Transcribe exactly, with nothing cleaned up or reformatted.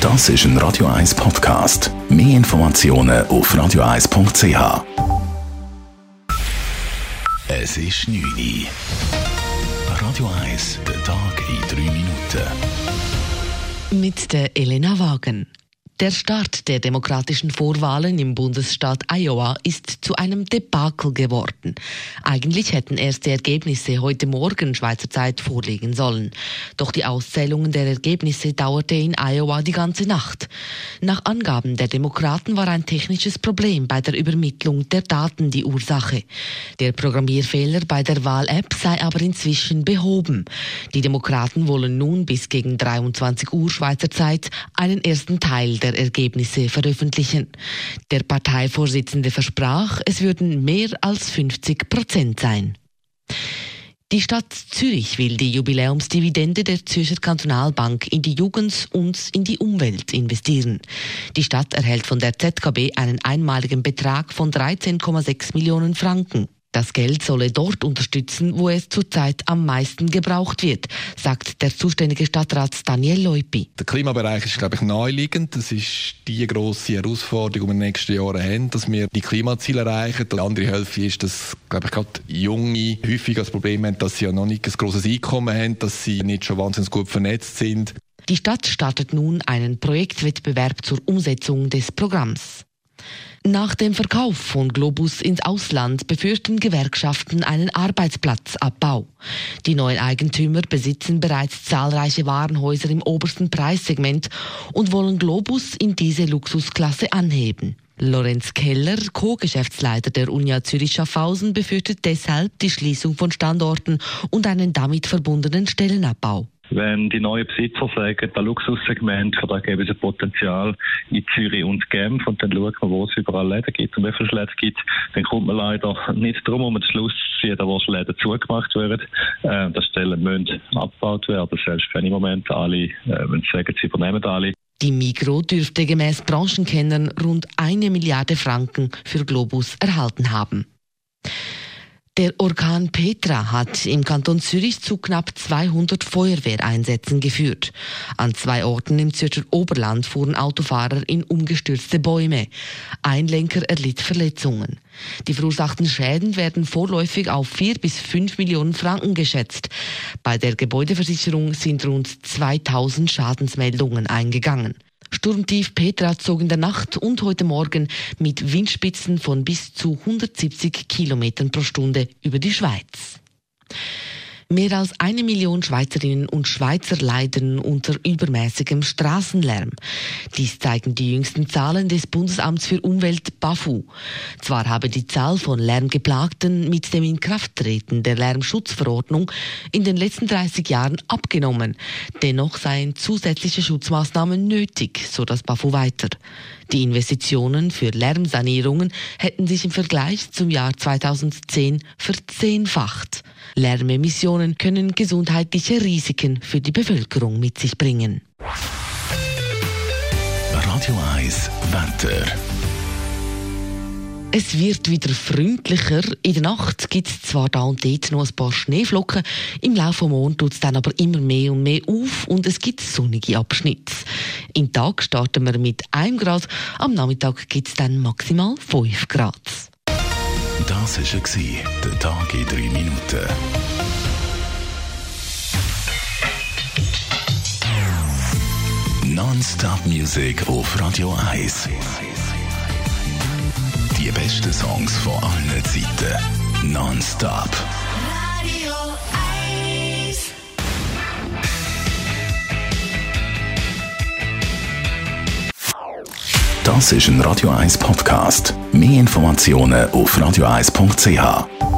Das ist ein Radio eins Podcast. Mehr Informationen auf radio eins punkt c h. Es ist neun Uhr. Radio eins, der Tag in drei Minuten. Mit der Elena Wagen. Der Start der demokratischen Vorwahlen im Bundesstaat Iowa ist zu einem Debakel geworden. Eigentlich hätten erste Ergebnisse heute Morgen Schweizer Zeit vorliegen sollen. Doch die Auszählungen der Ergebnisse dauerte in Iowa die ganze Nacht. Nach Angaben der Demokraten war ein technisches Problem bei der Übermittlung der Daten die Ursache. Der Programmierfehler bei der Wahl-App sei aber inzwischen behoben. Die Demokraten wollen nun bis gegen dreiundzwanzig Uhr Schweizer Zeit einen ersten Teil der der Ergebnisse veröffentlichen. Der Parteivorsitzende versprach, es würden mehr als fünfzig Prozent sein. Die Stadt Zürich will die Jubiläumsdividende der Zürcher Kantonalbank in die Jugend und in die Umwelt investieren. Die Stadt erhält von der Z K B einen einmaligen Betrag von dreizehn Komma sechs Millionen Franken. Das Geld solle dort unterstützen, wo es zurzeit am meisten gebraucht wird, sagt der zuständige Stadtrat Daniel Leupi. Der Klimabereich ist, glaube ich, naheliegend. Das ist die grosse Herausforderung, die wir in den nächsten Jahren haben, dass wir die Klimaziele erreichen. Die andere Hälfte ist, dass, glaube ich, gerade Junge häufig das Problem haben, dass sie ja noch nicht ein grosses Einkommen haben, dass sie nicht schon wahnsinnig gut vernetzt sind. Die Stadt startet nun einen Projektwettbewerb zur Umsetzung des Programms. Nach dem Verkauf von Globus ins Ausland befürchten Gewerkschaften einen Arbeitsplatzabbau. Die neuen Eigentümer besitzen bereits zahlreiche Warenhäuser im obersten Preissegment und wollen Globus in diese Luxusklasse anheben. Lorenz Keller, Co-Geschäftsleiter der Unia Zürich-Schaffhausen, befürchtet deshalb die Schließung von Standorten und einen damit verbundenen Stellenabbau. Wenn die neuen Besitzer sagen, das Luxussegment, da gäbe es ein Potenzial in Zürich und Genf, und dann schaut man, wo es überall Läden gibt und wie viele Läden gibt, dann kommt man leider nicht darum, um den Schluss zu ziehen, wo Läden zugemacht werden. Äh, das Stellen müssen abgebaut werden, selbst wenn im Moment alle, äh, wenn sie sagen, sie übernehmen alle. Die Migros dürfte gemäß Branchenkennern rund eine Milliarde Franken für Globus erhalten haben. Der Orkan Petra hat im Kanton Zürich zu knapp zweihundert Feuerwehreinsätzen geführt. An zwei Orten im Zürcher Oberland fuhren Autofahrer in umgestürzte Bäume. Ein Lenker erlitt Verletzungen. Die verursachten Schäden werden vorläufig auf vier bis fünf Millionen Franken geschätzt. Bei der Gebäudeversicherung sind rund zweitausend Schadensmeldungen eingegangen. Sturmtief Petra zog in der Nacht und heute Morgen mit Windspitzen von bis zu hundertsiebzig Kilometern pro Stunde über die Schweiz. Mehr als eine Million Schweizerinnen und Schweizer leiden unter übermäßigem Straßenlärm. Dies zeigen die jüngsten Zahlen des Bundesamts für Umwelt BAFU. Zwar habe die Zahl von Lärmgeplagten mit dem Inkrafttreten der Lärmschutzverordnung in den letzten dreißig Jahren abgenommen. Dennoch seien zusätzliche Schutzmaßnahmen nötig, so das BAFU weiter. Die Investitionen für Lärmsanierungen hätten sich im Vergleich zum Jahr zweitausendzehn verzehnfacht. Lärmemissionen können gesundheitliche Risiken für die Bevölkerung mit sich bringen. Radio eins Wetter. Es wird wieder freundlicher. In der Nacht gibt es zwar da und dort noch ein paar Schneeflocken, im Laufe des Monats tut es dann aber immer mehr und mehr auf und es gibt sonnige Abschnitte. Im Tag starten wir mit einem Grad, am Nachmittag gibt es dann maximal fünf Grad. Das war der Tag in drei Minuten. Non-Stop-Musik auf Radio eins. Die besten Songs von allen Zeiten. Non-Stop. Radio eins. Das ist ein Radio eins Podcast. Mehr Informationen auf radio eins punkt c h.